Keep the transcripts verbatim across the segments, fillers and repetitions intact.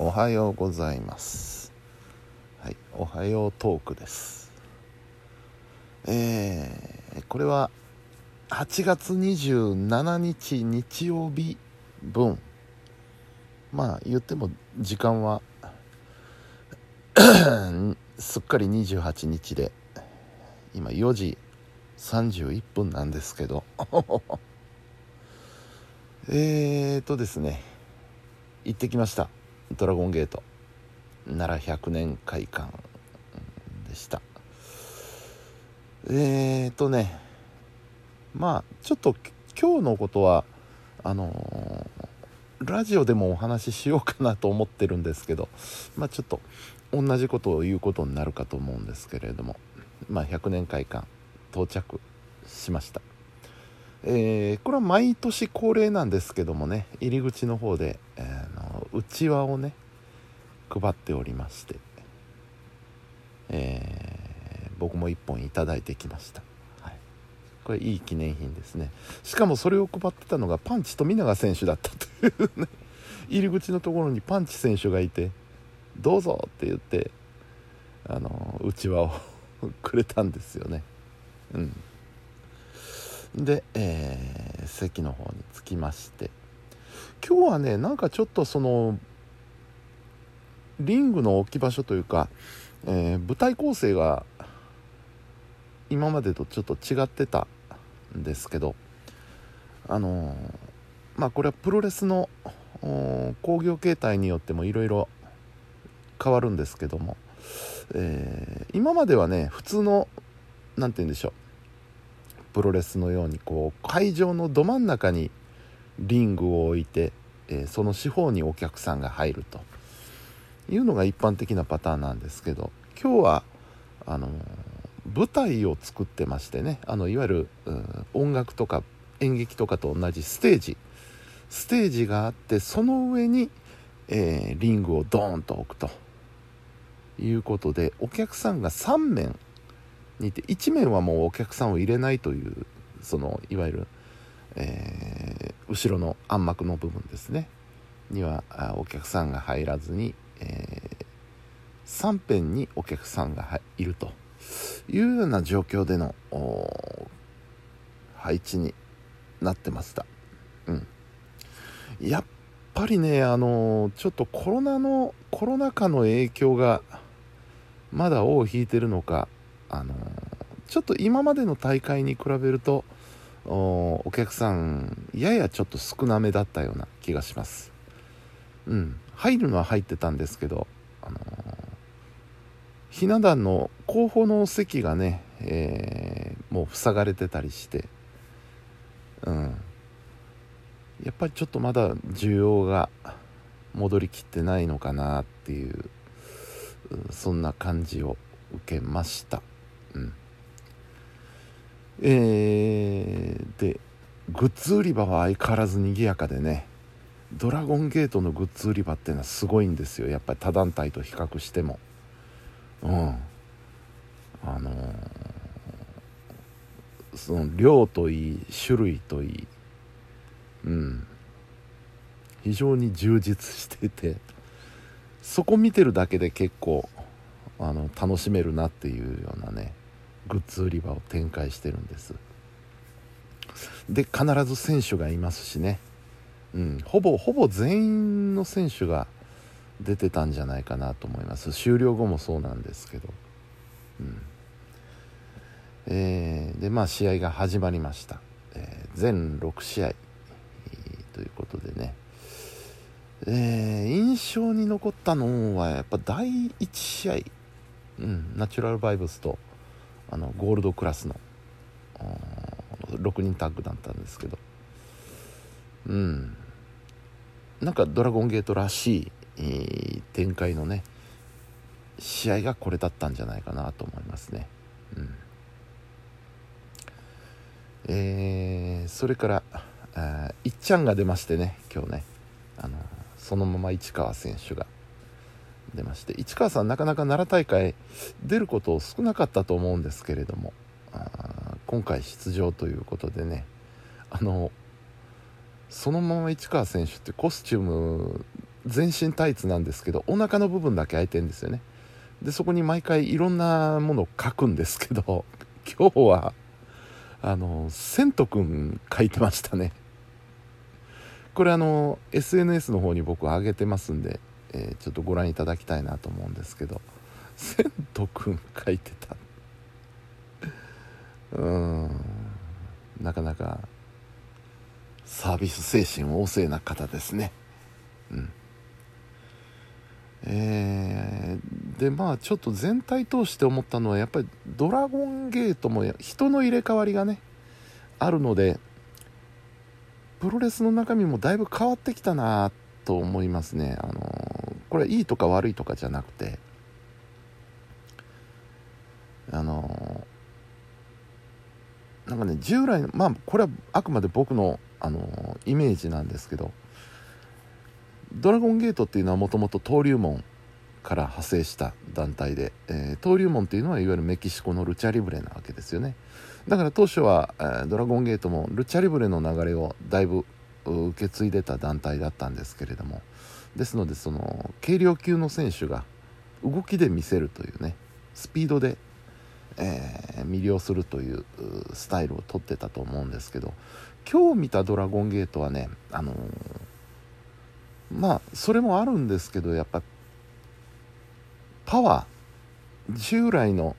おはようございます。はい、おはようトークです。えー、これははちがつにじゅうしちにち日曜日分。まあ言っても時間はすっかりにじゅうはちにちで、今よじさんじゅういっぷんなんですけどえーとですね行ってきました。ドラゴンゲート奈良ひゃくねん会館でした。えーとねまあちょっと今日のことはあのー、ラジオでもお話ししようかなと思ってるんですけど、まあちょっと同じことを言うことになるかと思うんですけれども、まあひゃくねん会館到着しました。えー、これは毎年恒例なんですけどもね、入り口の方で、えー、のうちわをね配っておりまして、えー、僕もいっぽんいただいてきました。はい、これいい記念品ですね。しかもそれを配ってたのがパンチ富永選手だったというね入り口のところにパンチ選手がいて、どうぞって言ってあのうちわをくれたんですよね。うんで、えー、席の方に着きまして、今日はねなんかちょっとそのリングの置き場所というか、えー、舞台構成が今までとちょっと違ってたんですけど、あのー、まあこれはプロレスの興行形態によってもいろいろ変わるんですけども、えー、今まではね普通のなんて言うんでしょう、プロレスのようにこう会場のど真ん中にリングを置いて、えー、その四方にお客さんが入るというのが一般的なパターンなんですけど、今日はあのー、舞台を作ってましてね、あのいわゆる音楽とか演劇とかと同じステージステージがあって、その上に、えー、リングをドーンと置くということで、お客さんがさんめんにいて、いちめんはもうお客さんを入れないという、そのいわゆる、えー、後ろの暗幕の部分ですねにはお客さんが入らずに、えー、さんべんにお客さんがいるというような状況での配置になってました。うん、やっぱりねあのちょっとコロナのコロナ禍の影響がまだ尾を引いてるのか、あのちょっと今までの大会に比べると お, お客さんややちょっと少なめだったような気がします。うん、入るのは入ってたんですけど、あのひな壇の後方の席がね、えー、もう塞がれてたりして、うん、やっぱりちょっとまだ需要が戻りきってないのかなっていう、そんな感じを受けました。うん、えー、でグッズ売り場は相変わらず賑やかでね、ドラゴンゲートのグッズ売り場っていうのはすごいんですよ。やっぱり他団体と比較しても、うんあのー、その量といい種類といい、うん非常に充実していて、そこ見てるだけで結構あの楽しめるなっていうようなねグッズ売り場を展開してるんです。で必ず選手がいますしね、うん、ほぼほぼ全員の選手が出てたんじゃないかなと思います。終了後もそうなんですけど、うんえー、でまあ試合が始まりました。えー、全ろくしあい、えー、ということでね、えー、印象に残ったのはやっぱだいいちしあい、うん、ナチュラルバイブスとあのゴールドクラスのろくにんタッグだったんですけど、うんなんかドラゴンゲートらしい、えー、展開のね試合がこれだったんじゃないかなと思いますね。うんえー、それからあいっちゃんが出ましてね、今日ねあのそのまま市川選手が出まして、市川さんなかなか奈良大会出ること少なかったと思うんですけれども、あ今回出場ということでね、あのそのまま市川選手ってコスチューム全身タイツなんですけど、お腹の部分だけ開いてるんですよね。でそこに毎回いろんなものを書くんですけど、今日はあのセントくん書いてましたね。これあの エスエヌエス の方に僕上げてますんで、えー、ちょっとご覧いただきたいなと思うんですけど、セントくん書いてた。うーんなかなかサービス精神旺盛な方ですね。うんえー、でまあちょっと全体通して思ったのは、やっぱりドラゴンゲートも人の入れ替わりがねあるので、プロレスの中身もだいぶ変わってきたなと思いますね。あのこれはいいとか悪いとかじゃなくて、あのなんかね従来の、まあこれはあくまで僕のあのイメージなんですけど、ドラゴンゲートっていうのはもともと登竜門から派生した団体で、えー、登竜門っていうのはいわゆるメキシコのルチャリブレなわけですよね。だから当初は、えー、ドラゴンゲートもルチャリブレの流れをだいぶ受け継いでた団体だったんですけれども、ですのでその軽量級の選手が動きで見せるというね、スピードで、えー、魅了するというスタイルを取ってたと思うんですけど、今日見たドラゴンゲートはね、あのーまあそれもあるんですけど、やっぱパワー、従来の、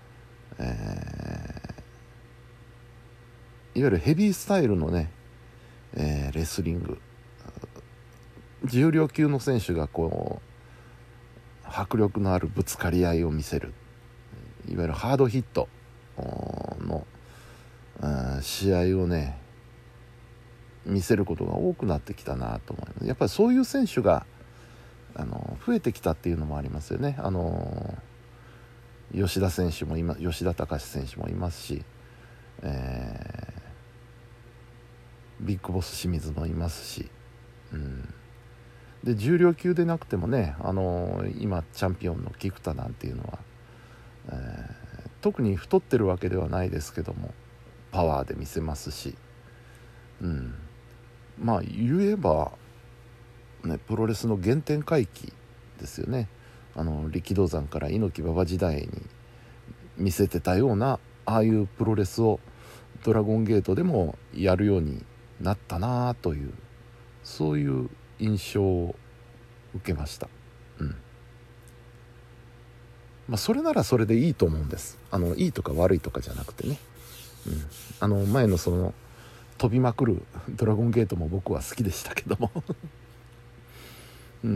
えー、いわゆるヘビースタイルのね、えー、レスリング、重量級の選手がこう迫力のあるぶつかり合いを見せる、いわゆるハードヒットの試合をね見せることが多くなってきたなと思います。やっぱりそういう選手があの増えてきたっていうのもありますよね。あの吉田選手も今吉田隆選手もいますし、えー、ビッグボス清水もいますし、うん、で重量級でなくてもね、あの今チャンピオンの菊田なんていうのは、えー、特に太ってるわけではないですけどもパワーで見せますし、うんまあ言えば、ね、プロレスの原点回帰ですよね。あの力道山から猪木馬場時代に見せてたようなああいうプロレスをドラゴンゲートでもやるようになったなという、そういう印象を受けました。うんまあ、それならそれでいいと思うんです。あのいいとか悪いとかじゃなくてね、うん、あの前のその飛びまくるドラゴンゲートも僕は好きでしたけども、うん、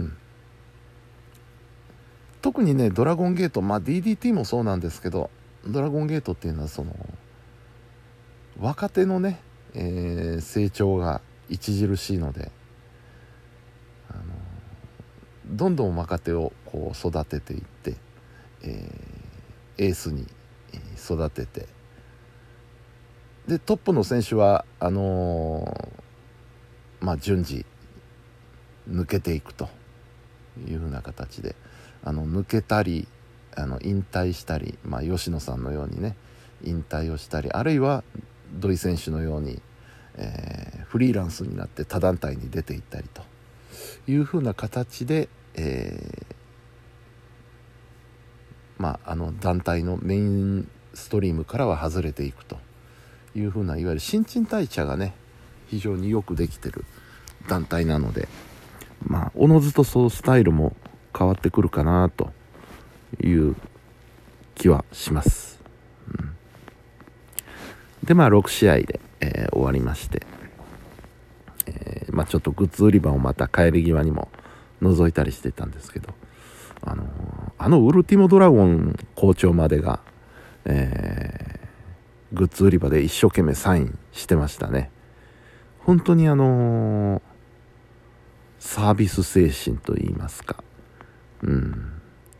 特にねドラゴンゲート、まあ ディーディーティー もそうなんですけど、ドラゴンゲートっていうのはその若手のね、えー、成長が著しいので、あのどんどん若手をこう育てていって、えー、エースに育てて、でトップの選手はあのー、まあ順次抜けていくというふうな形で、あの抜けたりあの引退したり、まあ、吉野さんのようにね引退をしたり、あるいは土井選手のように、えー、フリーランスになって他団体に出ていったりというふうな形で、えー、まああの団体のメインストリームからは外れていくというふうな、いわゆる新陳代謝がね非常によくできてる団体なので、まあおのずとそうスタイルも変わってくるかなという気はします、うん、でまあろく試合で、えー、終わりまして、えー、まあちょっとグッズ売り場をまた帰り際にも覗いたりしてたんですけど、あのー、あのウルティモドラゴン校長までが、えーグッズ売り場で一生懸命サインしてましたね。本当にあのー、サービス精神といいますか、うん、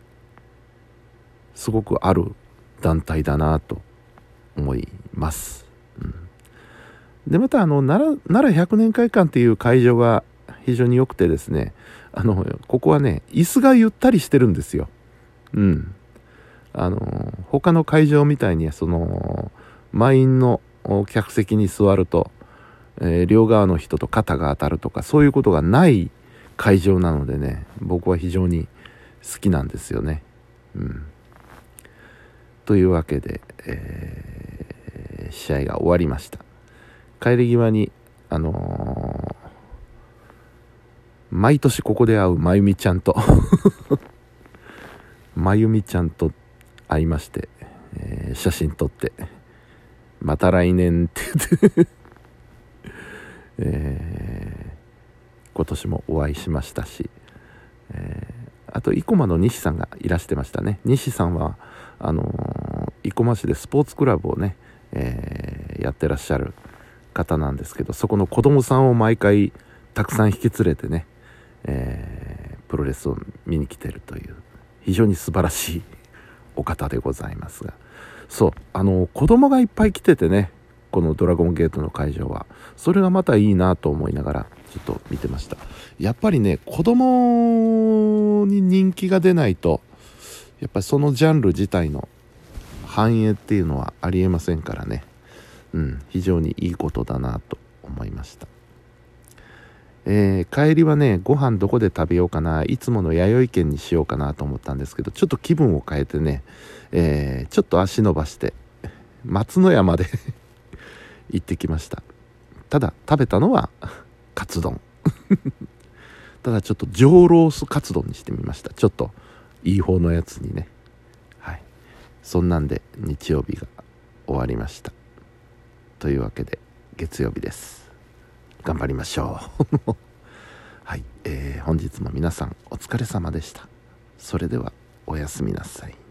すごくある団体だなと思います。うん、でまたあの奈良、奈良ひゃくねん会館っていう会場が非常に良くてですね、あのここはね椅子がゆったりしてるんですよ。うん、あの他の会場みたいにその満員の客席に座ると、えー、両側の人と肩が当たるとかそういうことがない会場なのでね、僕は非常に好きなんですよね。うん、というわけで、えー、試合が終わりました。帰り際にあのー、毎年ここで会うまゆみちゃんとまゆみちゃんと会いまして、えー、写真撮ってまた来年って言って、えー、今年もお会いしましたし、えー、あと生駒の西さんがいらしてましたね。西さんはあのー、生駒市でスポーツクラブをね、えー、やってらっしゃる方なんですけど、そこの子供さんを毎回たくさん引き連れてね、えー、プロレスを見に来てるという非常に素晴らしいお方でございますが、そうあの子供がいっぱい来ててね、このドラゴンゲートの会場はそれがまたいいなと思いながらちょっと見てました。やっぱりね、子供に人気が出ないとやっぱりそのジャンル自体の繁栄っていうのはありえませんからね、うん、非常にいいことだなと思いました。えー、帰りはね、ご飯どこで食べようかな、いつもの弥生県にしようかなと思ったんですけど、ちょっと気分を変えてね、えー、ちょっと足伸ばして松の山で行ってきました。ただ食べたのはカツ丼ただちょっと上ロースカツ丼にしてみました。ちょっといい方のやつにね。はい、そんなんで日曜日が終わりました。というわけで月曜日です。頑張りましょうはい、えー、本日も皆さんお疲れ様でした。それではおやすみなさい。